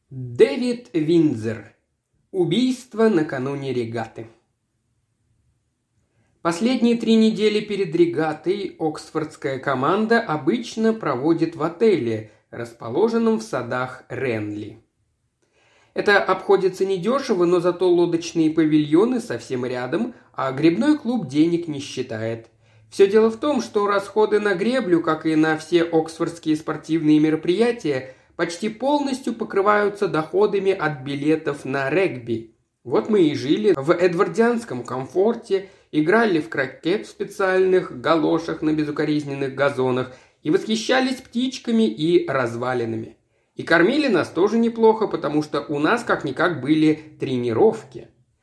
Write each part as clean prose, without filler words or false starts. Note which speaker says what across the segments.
Speaker 1: Дэвид Виндзор. Убийство накануне регаты. Последние 3 недели перед регатой оксфордская команда обычно проводит в отеле, расположенном в садах Ренли. Это обходится недешево, но зато лодочные павильоны совсем рядом, а гребной клуб денег не считает. Все дело в том, что расходы на греблю, как и на все оксфордские спортивные мероприятия, почти полностью покрываются доходами от билетов на регби. Вот мы и жили в эдвардианском комфорте, играли в крокет в специальных галошах на безукоризненных газонах и восхищались птичками и развалинами. И кормили нас тоже неплохо, потому что у нас как-никак были тренировки.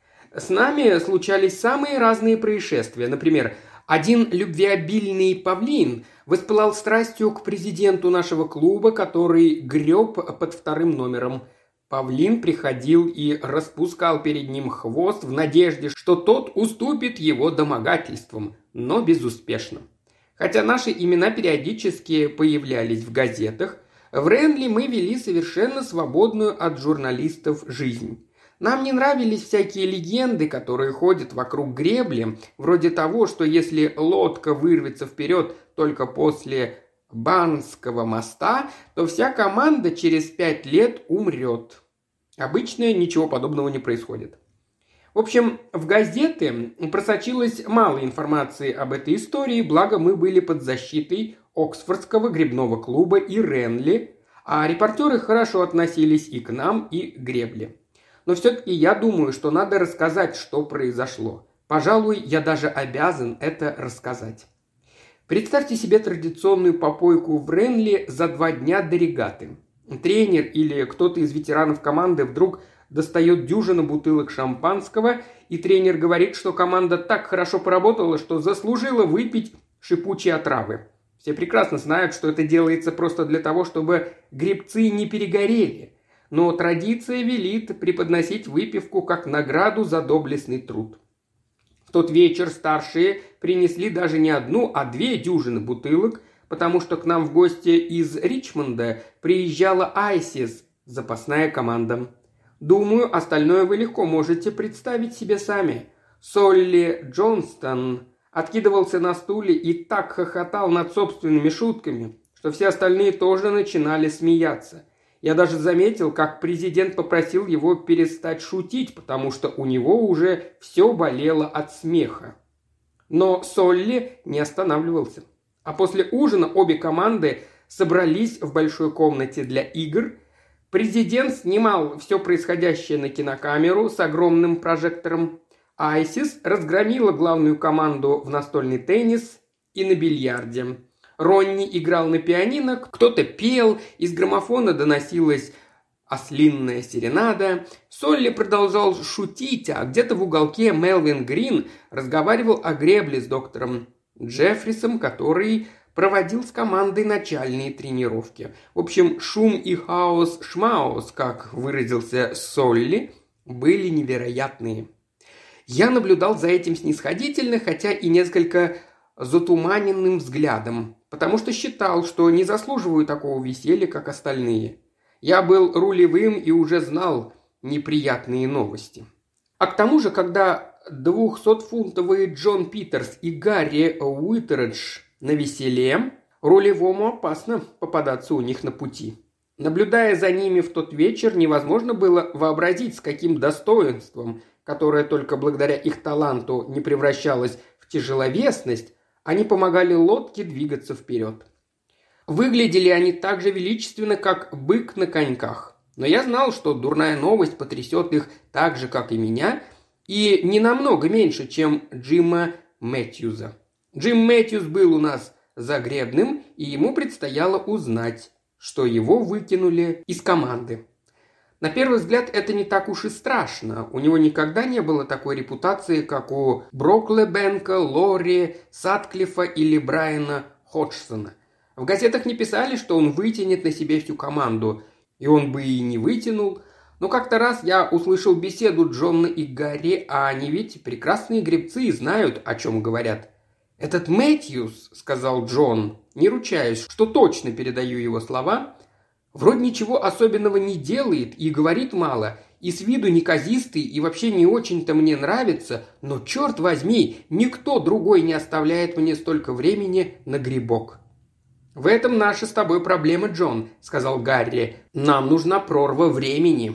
Speaker 1: С нами случались самые разные происшествия. Например, один любвеобильный павлин воспылал страстью к президенту нашего клуба, который греб под 2 номером. Павлин приходил и распускал перед ним хвост в надежде, что тот уступит его домогательствам, но безуспешно. Хотя наши имена периодически появлялись в газетах, в Ренли мы вели совершенно свободную от журналистов жизнь. Нам не нравились всякие легенды, которые ходят вокруг гребли, вроде того, что если лодка вырвется вперед только после Барнского моста, то вся команда через 5 лет умрет. Обычно ничего подобного не происходит. В общем, в газеты просочилось мало информации об этой истории, благо мы были под защитой Оксфордского гребного клуба и Ренли, а репортеры хорошо относились и к нам, и к гребле. Но все-таки я думаю, что надо рассказать, что произошло. Пожалуй, я даже обязан это рассказать. Представьте себе традиционную попойку в Ренли за 2 дня до регаты. Тренер или кто-то из ветеранов команды вдруг достает дюжину бутылок шампанского, и тренер говорит, что команда так хорошо поработала, что заслужила выпить шипучие отравы. Все прекрасно знают, что это делается просто для того, чтобы гребцы не перегорели. Но традиция велит преподносить выпивку как награду за доблестный труд. В тот вечер старшие принесли даже не 1, а 2 дюжины бутылок, потому что к нам в гости из Ричмонда приезжала Айсис, запасная команда. Думаю, остальное вы легко можете представить себе сами. Солли Джонстон откидывался на стуле и так хохотал над собственными шутками, что все остальные тоже начинали смеяться. Я даже заметил, как президент попросил его перестать шутить, потому что у него уже все болело от смеха. Но Солли не останавливался. А после ужина обе команды собрались в большой комнате для игр. Президент снимал все происходящее на кинокамеру с огромным прожектором. Айсис разгромила главную команду в настольный теннис и на бильярде. Ронни играл на пианино, кто-то пел, из граммофона доносилась ослинная серенада. Солли продолжал шутить, а где-то в уголке Мелвин Грин разговаривал о гребле с доктором Джеффрисом, который проводил с командой начальные тренировки. В общем, шум и хаос-шмаус, как выразился Солли, были невероятные. Я наблюдал за этим снисходительно, хотя и несколько затуманенным взглядом, потому что считал, что не заслуживаю такого веселья, как остальные. Я был рулевым и уже знал неприятные новости. А к тому же, когда 200-фунтовые Джон Питерс и Гарри Уитередж на веселе, рулевому опасно попадаться у них на пути. Наблюдая за ними в тот вечер, невозможно было вообразить, с каким достоинством, которое только благодаря их таланту не превращалось в тяжеловесность, они помогали лодке двигаться вперед. Выглядели они так же величественно, как бык на коньках. Но я знал, что дурная новость потрясет их так же, как и меня, и не намного меньше, чем Джима Мэтьюза. Джим Мэтьюз был у нас загребным, и ему предстояло узнать, что его выкинули из команды. На первый взгляд, это не так уж и страшно. У него никогда не было такой репутации, как у Броклебенка, Лори, Сатклифа или Брайана Ходжсона. В газетах не писали, что он вытянет на себе всю команду, и он бы и не вытянул. Но как-то раз я услышал беседу Джона и Гарри, а они ведь прекрасные гребцы и знают, о чем говорят. «Этот Мэтьюс, — сказал Джон, — не ручаюсь, что точно передаю его слова, Вроде ничего особенного не делает и говорит мало, и с виду неказистый, и вообще не очень-то мне нравится, но, черт возьми, никто другой не оставляет мне столько времени на грибок». «В этом наша с тобой проблема, Джон», – сказал Гарри. «Нам нужна прорва времени».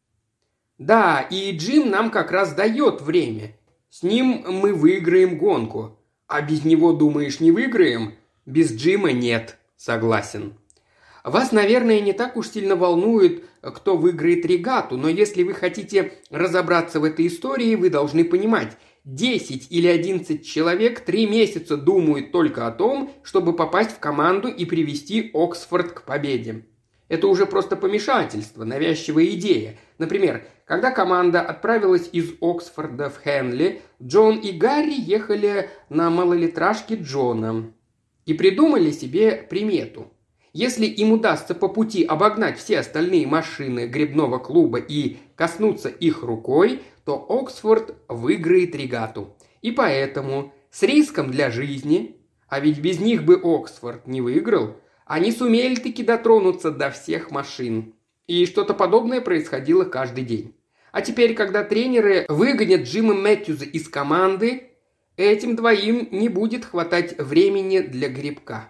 Speaker 1: «Да, и Джим нам как раз дает время. С ним мы выиграем гонку. А без него, думаешь, не выиграем? Без Джима нет», – согласен. «Вас, наверное, не так уж сильно волнует, кто выиграет регату, но если вы хотите разобраться в этой истории, вы должны понимать, 10 или 11 человек 3 месяца думают только о том, чтобы попасть в команду и привести Оксфорд к победе. Это уже просто помешательство, навязчивая идея. Например, когда команда отправилась из Оксфорда в Хенли, Джон и Гарри ехали на малолитражке Джона и придумали себе примету. Если им удастся по пути обогнать все остальные машины гребного клуба и коснуться их рукой, то Оксфорд выиграет регату. И поэтому, с риском для жизни, а ведь без них бы Оксфорд не выиграл, они сумели таки дотронуться до всех машин. И что-то подобное происходило каждый день. А теперь, когда тренеры выгонят Джима Мэтьюза из команды, этим двоим не будет хватать времени для гребка.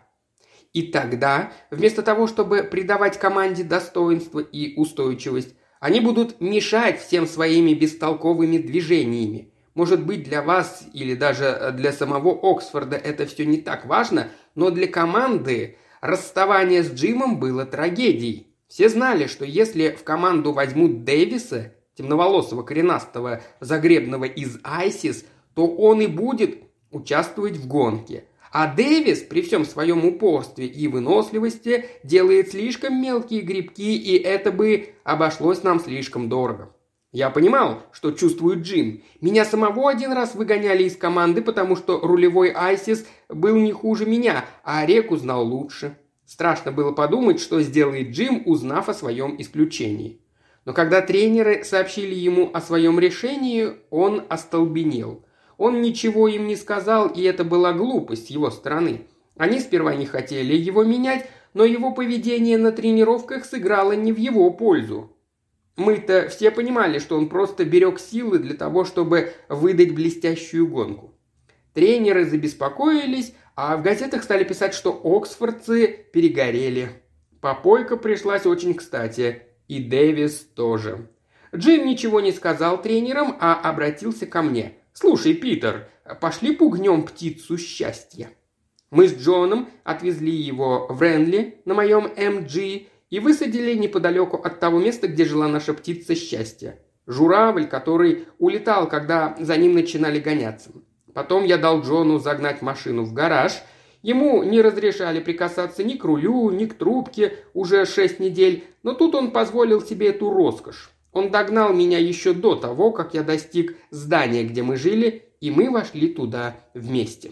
Speaker 1: И тогда, вместо того, чтобы придавать команде достоинство и устойчивость, они будут мешать всем своими бестолковыми движениями. Может быть, для вас или даже для самого Оксфорда это все не так важно, но для команды расставание с Джимом было трагедией. Все знали, что если в команду возьмут Дэвиса, темноволосого коренастого загребного из Айсис, то он и будет участвовать в гонке. А Дэвис при всем своем упорстве и выносливости делает слишком мелкие грибки, и это бы обошлось нам слишком дорого. Я понимал, что чувствует Джим. Меня самого один раз выгоняли из команды, потому что рулевой Айсис был не хуже меня, а реку знал лучше. Страшно было подумать, что сделает Джим, узнав о своем исключении. Но когда тренеры сообщили ему о своем решении, он остолбенел. Он ничего им не сказал, и это была глупость с его стороны. Они сперва не хотели его менять, но его поведение на тренировках сыграло не в его пользу. Мы-то все понимали, что он просто берег силы для того, чтобы выдать блестящую гонку. Тренеры забеспокоились, а в газетах стали писать, что оксфордцы перегорели. Попойка пришлась очень кстати, и Дэвис тоже. Джим ничего не сказал тренерам, а обратился ко мне. «Слушай, Питер, пошли пугнем птицу счастья». Мы с Джоном отвезли его в Ренли на моем МГ и высадили неподалеку от того места, где жила наша птица счастья. Журавль, который улетал, когда за ним начинали гоняться. Потом я дал Джону загнать машину в гараж. Ему не разрешали прикасаться ни к рулю, ни к трубке уже 6 недель, но тут он позволил себе эту роскошь. Он догнал меня еще до того, как я достиг здания, где мы жили, и мы вошли туда вместе.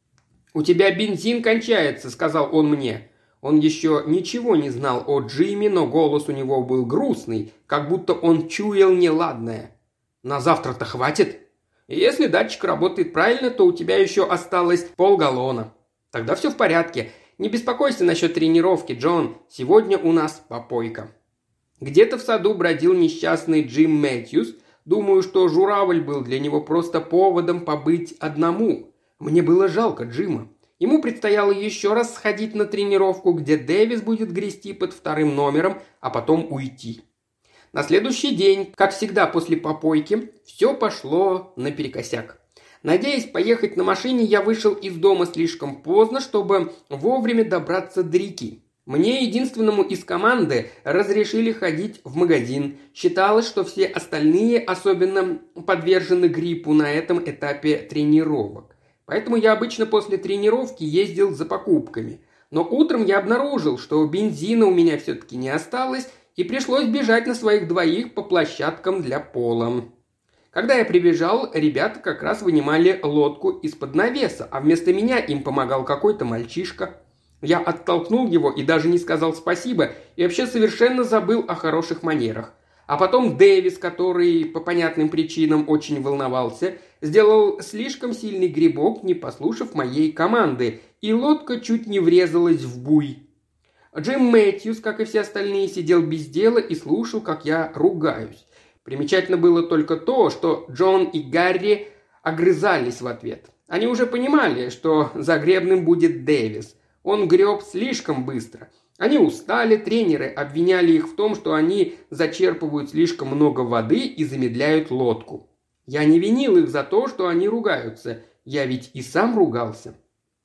Speaker 1: «У тебя бензин кончается», — сказал он мне. Он еще ничего не знал о Джиме, но голос у него был грустный, как будто он чуял неладное. «На завтра-то хватит? Если датчик работает правильно, то у тебя еще осталось полгаллона. Тогда все в порядке. Не беспокойся насчет тренировки, Джон. Сегодня у нас попойка». Где-то в саду бродил несчастный Джим Мэтьюз. Думаю, что журавль был для него просто поводом побыть одному. Мне было жалко Джима. Ему предстояло еще раз сходить на тренировку, где Дэвис будет грести под 2-м номером, а потом уйти. На следующий день, как всегда после попойки, все пошло наперекосяк. Надеясь поехать на машине, я вышел из дома слишком поздно, чтобы вовремя добраться до реки. Мне, единственному из команды, разрешили ходить в магазин. Считалось, что все остальные особенно подвержены гриппу на этом этапе тренировок. Поэтому я обычно после тренировки ездил за покупками. Но утром я обнаружил, что бензина у меня все-таки не осталось, и пришлось бежать на своих двоих по площадкам для пола. Когда я прибежал, ребята как раз вынимали лодку из-под навеса, а вместо меня им помогал какой-то мальчишка. Я оттолкнул его и даже не сказал спасибо, и вообще совершенно забыл о хороших манерах. А потом Дэвис, который по понятным причинам очень волновался, сделал слишком сильный грибок, не послушав моей команды, и лодка чуть не врезалась в буй. Джим Мэтьюс, как и все остальные, сидел без дела и слушал, как я ругаюсь. Примечательно было только то, что Джон и Гарри огрызались в ответ. Они уже понимали, что за гребным будет Дэвис. Он греб слишком быстро. Они устали, тренеры обвиняли их в том, что они зачерпывают слишком много воды и замедляют лодку. Я не винил их за то, что они ругаются. Я ведь и сам ругался.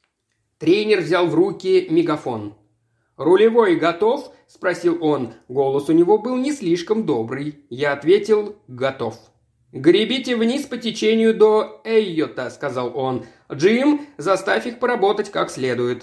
Speaker 1: Тренер взял в руки мегафон. «Рулевой готов?» – спросил он. Голос у него был не слишком добрый. Я ответил «готов». «Гребите вниз по течению до Эйота», – сказал он. «Джим, заставь их поработать как следует».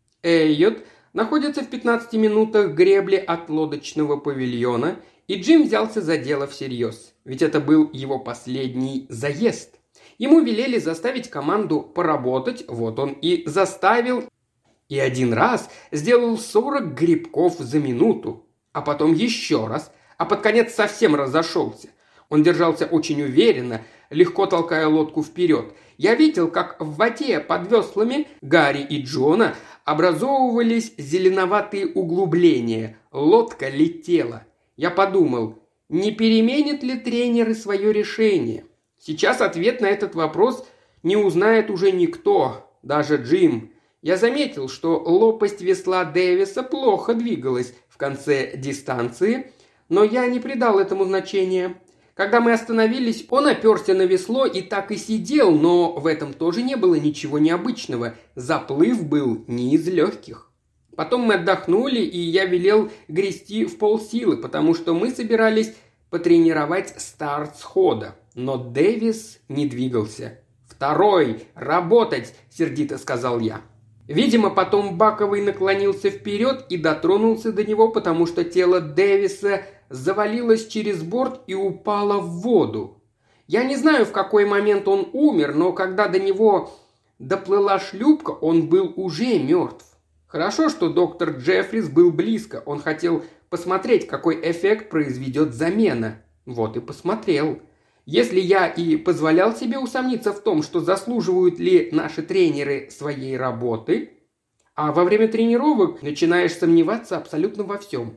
Speaker 1: Эйот находится в 15 минутах гребли от лодочного павильона, и Джим взялся за дело всерьез. Ведь это был его последний заезд. Ему велели заставить команду поработать, вот он и заставил. И один раз сделал 40 грибков за минуту, а потом еще раз, а под конец совсем разошелся. Он держался очень уверенно, легко толкая лодку вперед. Я видел, как в воде под веслами Гарри и Джона образовывались зеленоватые углубления. Лодка летела. Я подумал, не переменит ли тренеры свое решение? Сейчас ответ на этот вопрос не узнает уже никто, даже Джим. Я заметил, что лопасть весла Дэвиса плохо двигалась в конце дистанции, но я не придал этому значения. Когда мы остановились, он оперся на весло и так и сидел, но в этом тоже не было ничего необычного. Заплыв был не из легких. Потом мы отдохнули, и я велел грести в полсилы, потому что мы собирались потренировать старт схода. Но Дэвис не двигался. «Второй! Работать!» – сердито сказал я. Видимо, потом Баковый наклонился вперед и дотронулся до него, потому что тело Дэвиса завалилось через борт и упало в воду. Я не знаю, в какой момент он умер, но когда до него доплыла шлюпка, он был уже мертв. Хорошо, что доктор Джеффрис был близко. Он хотел посмотреть, какой эффект произведет замена. Вот и посмотрел. Если я и позволял себе усомниться в том, что заслуживают ли наши тренеры своей работы, а во время тренировок начинаешь сомневаться абсолютно во всем,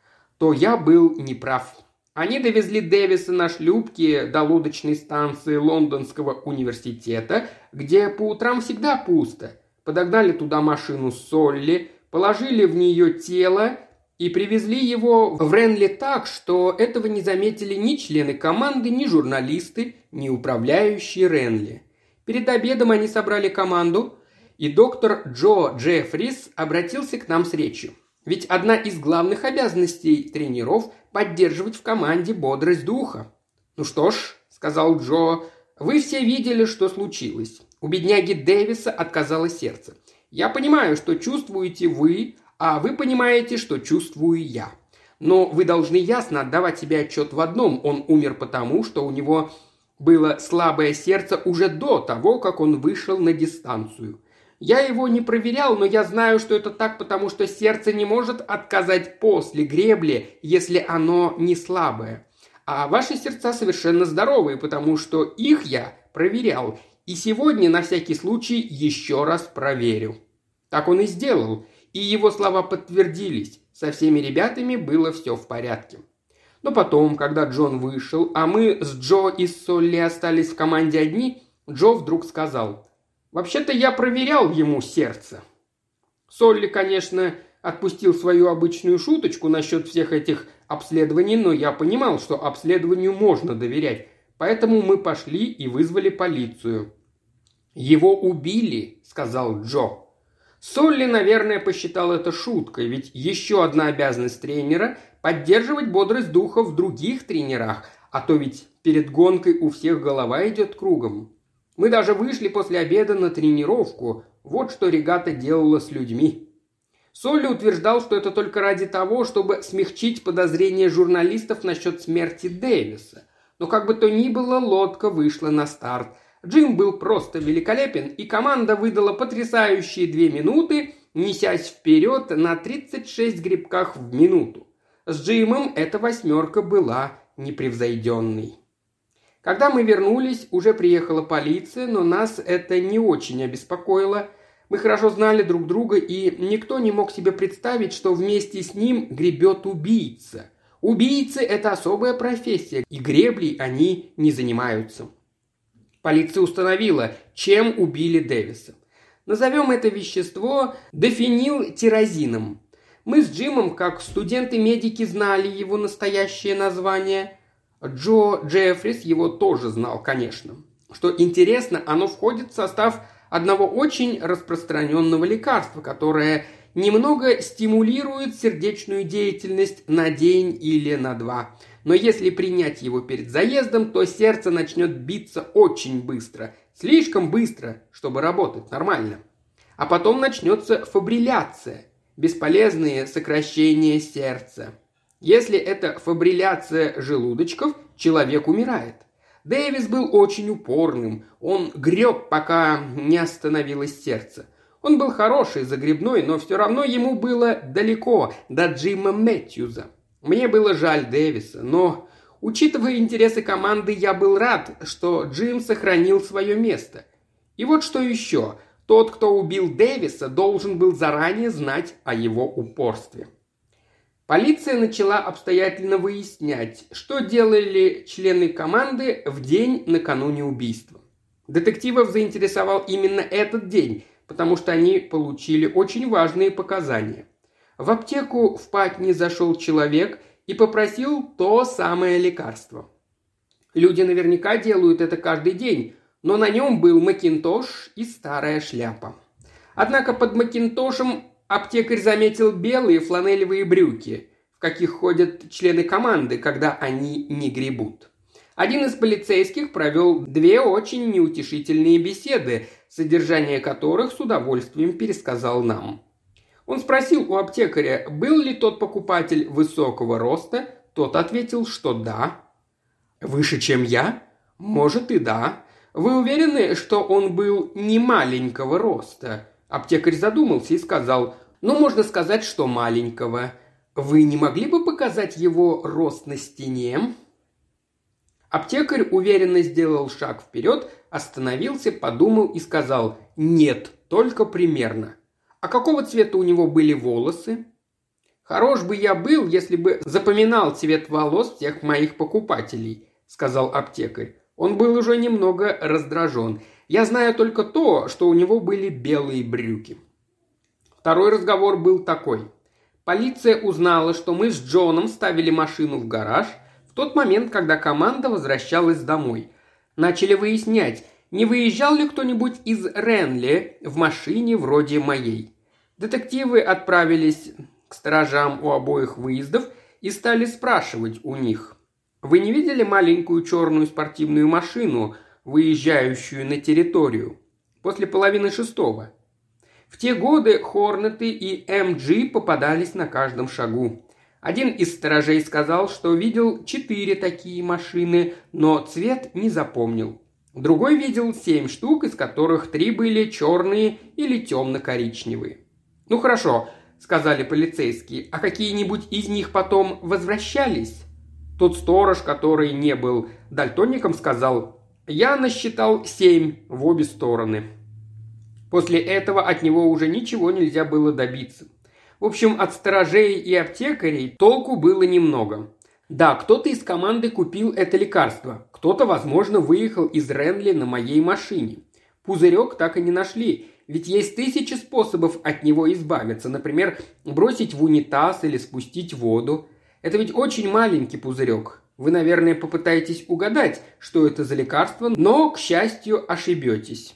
Speaker 1: то я был неправ. Они довезли Дэвиса на шлюпке до лодочной станции Лондонского университета, где по утрам всегда пусто. Подогнали туда машину Солли, положили в нее тело и привезли его в Ренли так, что этого не заметили ни члены команды, ни журналисты, ни управляющие Ренли. Перед обедом они собрали команду, и доктор Джо Джеффрис обратился к нам с речью. Ведь одна из главных обязанностей тренеров – поддерживать в команде бодрость духа. «Ну что ж», – сказал Джо, – «вы все видели, что случилось. У бедняги Дэвиса отказало сердце. Я понимаю, что чувствуете вы, а вы понимаете, что чувствую я. Но вы должны ясно отдавать себе отчет в одном. Он умер потому, что у него было слабое сердце уже до того, как он вышел на дистанцию. Я его не проверял, но я знаю, что это так, потому что сердце не может отказать после гребли, если оно не слабое. А ваши сердца совершенно здоровые, потому что их я проверял. И сегодня на всякий случай еще раз проверю». Так он и сделал. И его слова подтвердились. Со всеми ребятами было все в порядке. Но потом, когда Джон вышел, а мы с Джо и Солли остались в команде одни, Джо вдруг сказал: «Вообще-то я проверял ему сердце». Солли, конечно, отпустил свою обычную шуточку насчет всех этих обследований, но я понимал, что обследованию можно доверять. Поэтому мы пошли и вызвали полицию. «Его убили», — сказал Джо. Солли, наверное, посчитал это шуткой, ведь еще одна обязанность тренера – поддерживать бодрость духа в других тренерах, а то ведь перед гонкой у всех голова идет кругом. Мы даже вышли после обеда на тренировку, вот что регата делала с людьми. Солли утверждал, что это только ради того, чтобы смягчить подозрения журналистов насчет смерти Дэвиса. Но как бы то ни было, лодка вышла на старт. Джим был просто великолепен, и команда выдала потрясающие 2 минуты, несясь вперед на 36 грибках в минуту. С Джимом эта 8 была непревзойденной. Когда мы вернулись, уже приехала полиция, но нас это не очень обеспокоило. Мы хорошо знали друг друга, и никто не мог себе представить, что вместе с ним гребет убийца. Убийцы – это особая профессия, и греблей они не занимаются. Полиция установила, чем убили Дэвиса. Назовем это вещество дефенилтиразином. Мы с Джимом, как студенты-медики, знали его настоящее название. Джо Джеффрис его тоже знал, конечно. Что интересно, оно входит в состав одного очень распространенного лекарства, которое немного стимулирует сердечную деятельность на день или на два. Но если принять его перед заездом, то сердце начнет биться очень быстро. Слишком быстро, чтобы работать нормально. А потом начнется фабрилляция. Бесполезные сокращения сердца. Если это фабрилляция желудочков, человек умирает. Дэвис был очень упорным. Он греб, пока не остановилось сердце. Он был хороший, загребной, но все равно ему было далеко до Джима Мэтьюза. Мне было жаль Дэвиса, но, учитывая интересы команды, я был рад, что Джим сохранил свое место. И вот что еще. Тот, кто убил Дэвиса, должен был заранее знать о его упорстве. Полиция начала обстоятельно выяснять, что делали члены команды в день накануне убийства. Детективов заинтересовал именно этот день, потому что они получили очень важные показания. В аптеку в Патни зашел человек и попросил то самое лекарство. Люди наверняка делают это каждый день, но на нем был макинтош и старая шляпа. Однако под макинтошем аптекарь заметил белые фланелевые брюки, в каких ходят члены команды, когда они не гребут. Один из полицейских провел 2 очень неутешительные беседы, содержание которых с удовольствием пересказал нам. Он спросил у аптекаря, был ли тот покупатель высокого роста, тот ответил, что да. «Выше, чем я? Может и да. Вы уверены, что он был не маленького роста?» Аптекарь задумался и сказал, можно сказать, что маленького. Вы не могли бы показать его рост на стене? Аптекарь уверенно сделал шаг вперед, остановился, подумал и сказал, нет, только примерно. А какого цвета у него были волосы? Хорош бы я был, если бы запоминал цвет волос всех моих покупателей, сказал аптекарь. Он был уже немного раздражен. Я знаю только то, что у него были белые брюки. Второй разговор был такой. Полиция узнала, что мы с Джоном ставили машину в гараж в тот момент, когда команда возвращалась домой. Начали выяснять, не выезжал ли кто-нибудь из Ренли в машине вроде моей. Детективы отправились к сторожам у обоих выездов и стали спрашивать у них. Вы не видели маленькую черную спортивную машину, выезжающую на территорию? После 5:30. В те годы Хорнеты и МГ попадались на каждом шагу. Один из сторожей сказал, что видел 4 такие машины, но цвет не запомнил. Другой видел 7 штук, из которых 3 были черные или темно-коричневые. «Ну хорошо», — сказали полицейские, — «а какие-нибудь из них потом возвращались?» Тот сторож, который не был дальтоником, сказал, «Я насчитал 7 в обе стороны». После этого от него уже ничего нельзя было добиться. В общем, от сторожей и аптекарей толку было немного. Да, кто-то из команды купил это лекарство, кто-то, возможно, выехал из Ренли на моей машине. Пузырек так и не нашли, ведь есть 1000 способов от него избавиться, например, бросить в унитаз или спустить воду. Это ведь очень маленький пузырек. Вы, наверное, попытаетесь угадать, что это за лекарство, но, к счастью, ошибетесь.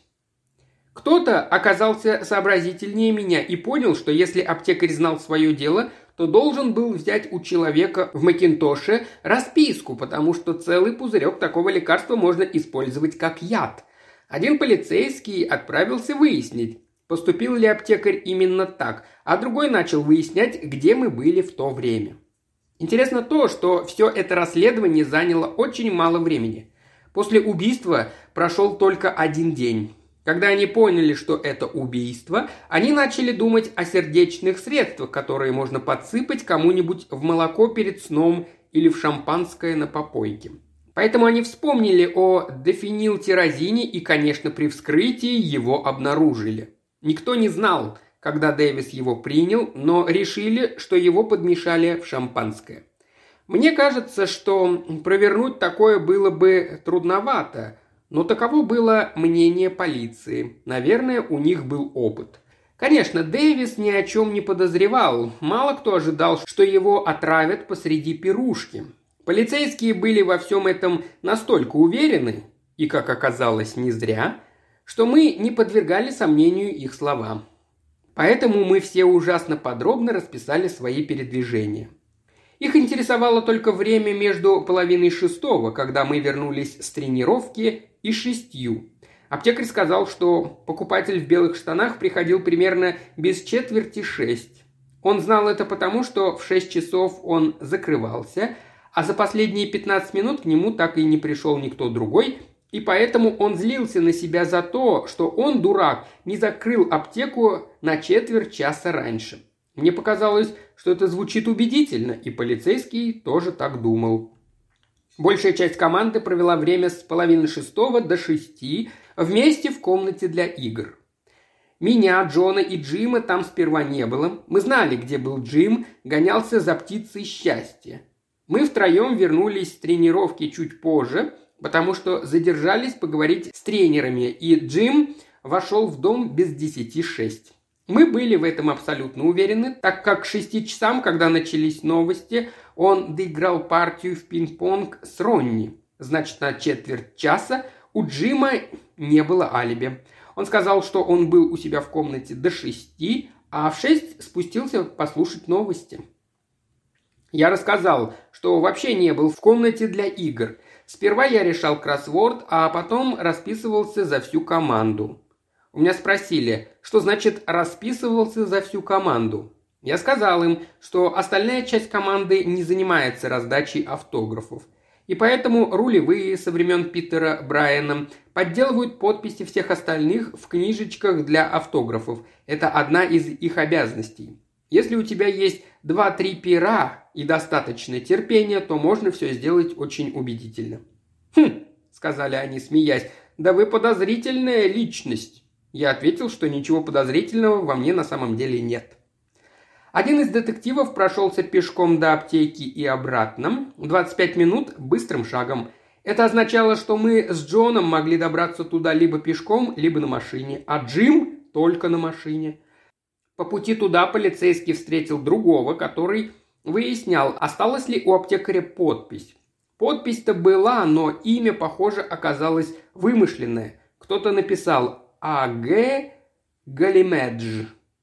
Speaker 1: Кто-то оказался сообразительнее меня и понял, что если аптекарь знал свое дело, то должен был взять у человека в макинтоше расписку, потому что целый пузырек такого лекарства можно использовать как яд. Один полицейский отправился выяснить, поступил ли аптекарь именно так, а другой начал выяснять, где мы были в то время. Интересно то, что все это расследование заняло очень мало времени. После убийства прошел только 1 день. Когда они поняли, что это убийство, они начали думать о сердечных средствах, которые можно подсыпать кому-нибудь в молоко перед сном или в шампанское на попойке. Поэтому они вспомнили о дефенилтиразине и, конечно, при вскрытии его обнаружили. Никто не знал, когда Дэвис его принял, но решили, что его подмешали в шампанское. Мне кажется, что провернуть такое было бы трудновато, но таково было мнение полиции. Наверное, у них был опыт. Конечно, Дэвис ни о чем не подозревал. Мало кто ожидал, что его отравят посреди пирушки. Полицейские были во всем этом настолько уверены, и, как оказалось, не зря, что мы не подвергали сомнению их словам. Поэтому мы все ужасно подробно расписали свои передвижения. Их интересовало только время между 5:30, когда мы вернулись с тренировки, и 6. Аптекарь сказал, что покупатель в белых штанах приходил примерно без 5:45. Он знал это потому, что в 6 часов он закрывался, а за последние 15 минут к нему так и не пришел никто другой, и поэтому он злился на себя за то, что он, дурак, не закрыл аптеку на четверть часа раньше. Мне показалось, что это звучит убедительно, и полицейский тоже так думал. Большая часть команды провела время с 5:30 до 6 вместе в комнате для игр. Меня, Джона и Джима там сперва не было. Мы знали, где был Джим, гонялся за птицей счастья. Мы втроем вернулись с тренировки чуть позже, потому что задержались поговорить с тренерами, и Джим вошел в дом без 10:06. Мы были в этом абсолютно уверены, так как к 6 часам, когда начались новости, он доиграл партию в пинг-понг с Ронни. Значит, на четверть часа у Джима не было алиби. Он сказал, что он был у себя в комнате до 6, а в 6 спустился послушать новости. Я рассказал, что вообще не был в комнате для игр. Сперва я решал кроссворд, а потом расписывался за всю команду. У меня спросили, что значит «расписывался за всю команду». Я сказал им, что остальная часть команды не занимается раздачей автографов. И поэтому рулевые со времен Питера Брайана подделывают подписи всех остальных в книжечках для автографов. Это одна из их обязанностей. Если у тебя есть 2-3 пера и достаточно терпения, то можно все сделать очень убедительно. «Хм», — сказали они, смеясь, — «да вы подозрительная личность». Я ответил, что ничего подозрительного во мне на самом деле нет. Один из детективов прошелся пешком до аптеки и обратно, 25 минут быстрым шагом. Это означало, что мы с Джоном могли добраться туда либо пешком, либо на машине, а Джим только на машине. По пути туда полицейский встретил другого, который выяснял, осталась ли у аптекаря подпись. Подпись-то была, но имя, похоже, оказалось вымышленное. Кто-то написал А.Г. Галимедж.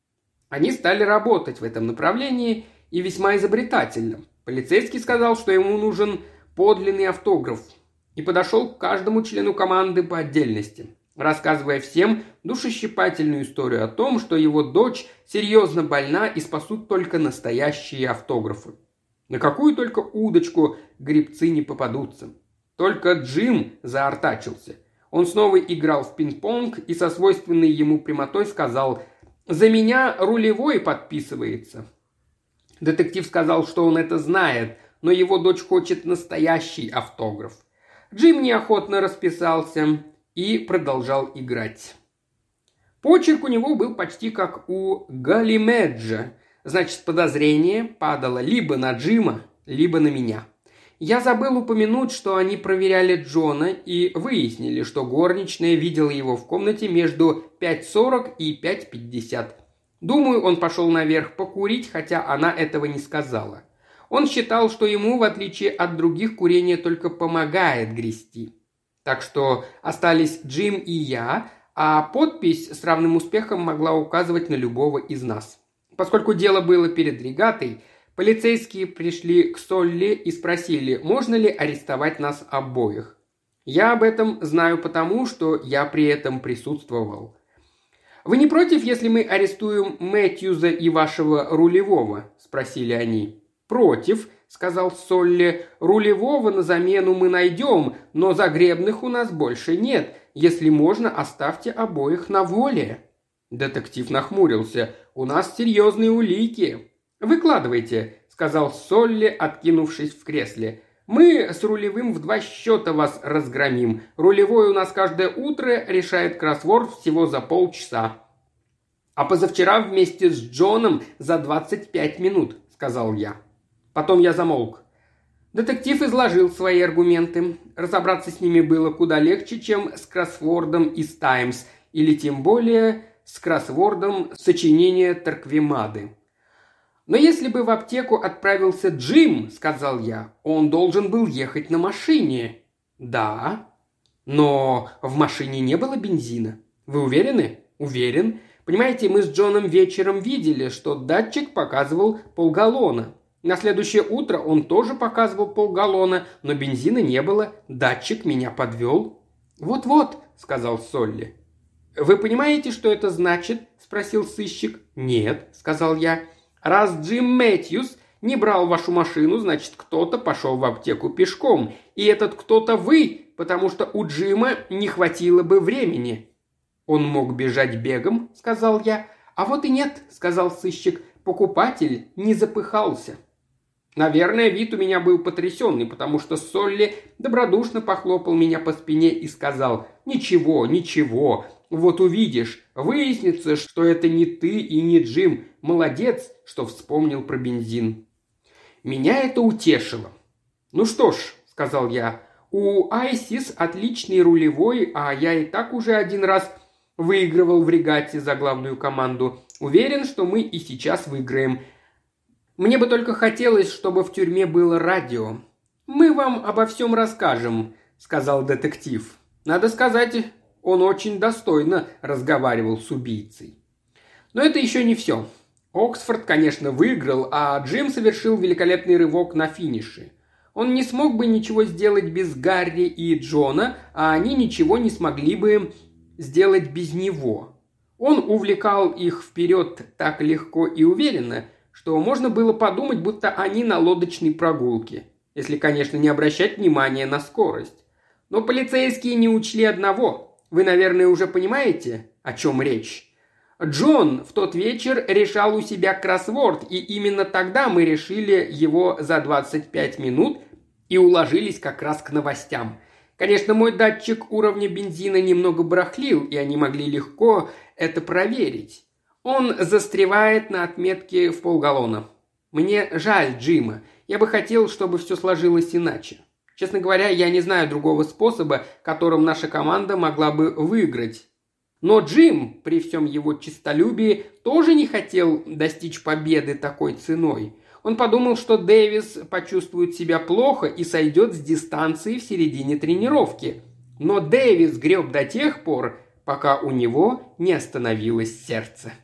Speaker 1: Они стали работать в этом направлении и весьма изобретательно. Полицейский сказал, что ему нужен подлинный автограф, и подошел к каждому члену команды по отдельности, рассказывая всем душещипательную историю о том, что его дочь серьезно больна и спасут только настоящие автографы. На какую только удочку гребцы не попадутся. Только Джим заортачился. Он снова играл в пинг-понг и со свойственной ему прямотой сказал: «За меня рулевой подписывается». Детектив сказал, что он это знает, но его дочь хочет настоящий автограф. Джим неохотно расписался и продолжал играть. Почерк у него был почти как у Галимеджа. Значит, подозрение падало либо на Джима, либо на меня. Я забыл упомянуть, что они проверяли Джона и выяснили, что горничная видела его в комнате между 5:40 и 5:50. Думаю, он пошел наверх покурить, хотя она этого не сказала. Он считал, что ему, в отличие от других, курение только помогает грести. Так что остались Джим и я, а подпись с равным успехом могла указывать на любого из нас. Поскольку дело было перед регатой, полицейские пришли к Солли и спросили, можно ли арестовать нас обоих. Я об этом знаю потому, что я при этом присутствовал. «Вы не против, если мы арестуем Мэтьюза и вашего рулевого?» – спросили они. «Против», – сказал Солли. «Рулевого на замену мы найдем, но загребных у нас больше нет. Если можно, оставьте обоих на воле». Детектив нахмурился. «У нас серьезные улики». «Выкладывайте», – сказал Солли, откинувшись в кресле. «Мы с рулевым в 2 счета вас разгромим. Рулевой у нас каждое утро решает кроссворд всего за полчаса». «А позавчера вместе с Джоном за 25 минут», – сказал я. Потом я замолк. Детектив изложил свои аргументы. Разобраться с ними было куда легче, чем с кроссвордом из «Таймс», или тем более с кроссвордом сочинения Торквемады. «Но если бы в аптеку отправился Джим, — сказал я, — он должен был ехать на машине». «Да, но в машине не было бензина. Вы уверены?» «Уверен. Понимаете, мы с Джоном вечером видели, что датчик показывал полгаллона. На следующее утро он тоже показывал полгаллона, но бензина не было. Датчик меня подвел». «Вот-вот», — сказал Солли. «Вы понимаете, что это значит?» – спросил сыщик. «Нет», – сказал я. «Раз Джим Мэтьюс не брал вашу машину, значит, кто-то пошел в аптеку пешком. И этот кто-то вы, потому что у Джима не хватило бы времени». «Он мог бежать бегом», – сказал я. «А вот и нет», – сказал сыщик. «Покупатель не запыхался». Наверное, вид у меня был потрясенный, потому что Солли добродушно похлопал меня по спине и сказал: «Ничего, ничего, вот увидишь, выяснится, что это не ты и не Джим. Молодец, что вспомнил про бензин». Меня это утешило. «Ну что ж», — сказал я, — «у Айсис отличный рулевой, а я и так уже один раз выигрывал в регате за главную команду. Уверен, что мы и сейчас выиграем. Мне бы только хотелось, чтобы в тюрьме было радио». «Мы вам обо всем расскажем», — сказал детектив. Надо сказать, он очень достойно разговаривал с убийцей. Но это еще не все. Оксфорд, конечно, выиграл, а Джим совершил великолепный рывок на финише. Он не смог бы ничего сделать без Гарри и Джона, а они ничего не смогли бы сделать без него. Он увлекал их вперед так легко и уверенно, что можно было подумать, будто они на лодочной прогулке, если, конечно, не обращать внимания на скорость. Но полицейские не учли одного. Вы, наверное, уже понимаете, о чем речь. Джон в тот вечер решал у себя кроссворд, и именно тогда мы решили его за 25 минут и уложились как раз к новостям. Конечно, мой датчик уровня бензина немного барахлил, и они могли легко это проверить. Он застревает на отметке в полгаллона. Мне жаль Джима. Я бы хотел, чтобы все сложилось иначе. Честно говоря, я не знаю другого способа, которым наша команда могла бы выиграть. Но Джим, при всем его честолюбии, тоже не хотел достичь победы такой ценой. Он подумал, что Дэвис почувствует себя плохо и сойдет с дистанции в середине тренировки. Но Дэвис греб до тех пор, пока у него не остановилось сердце.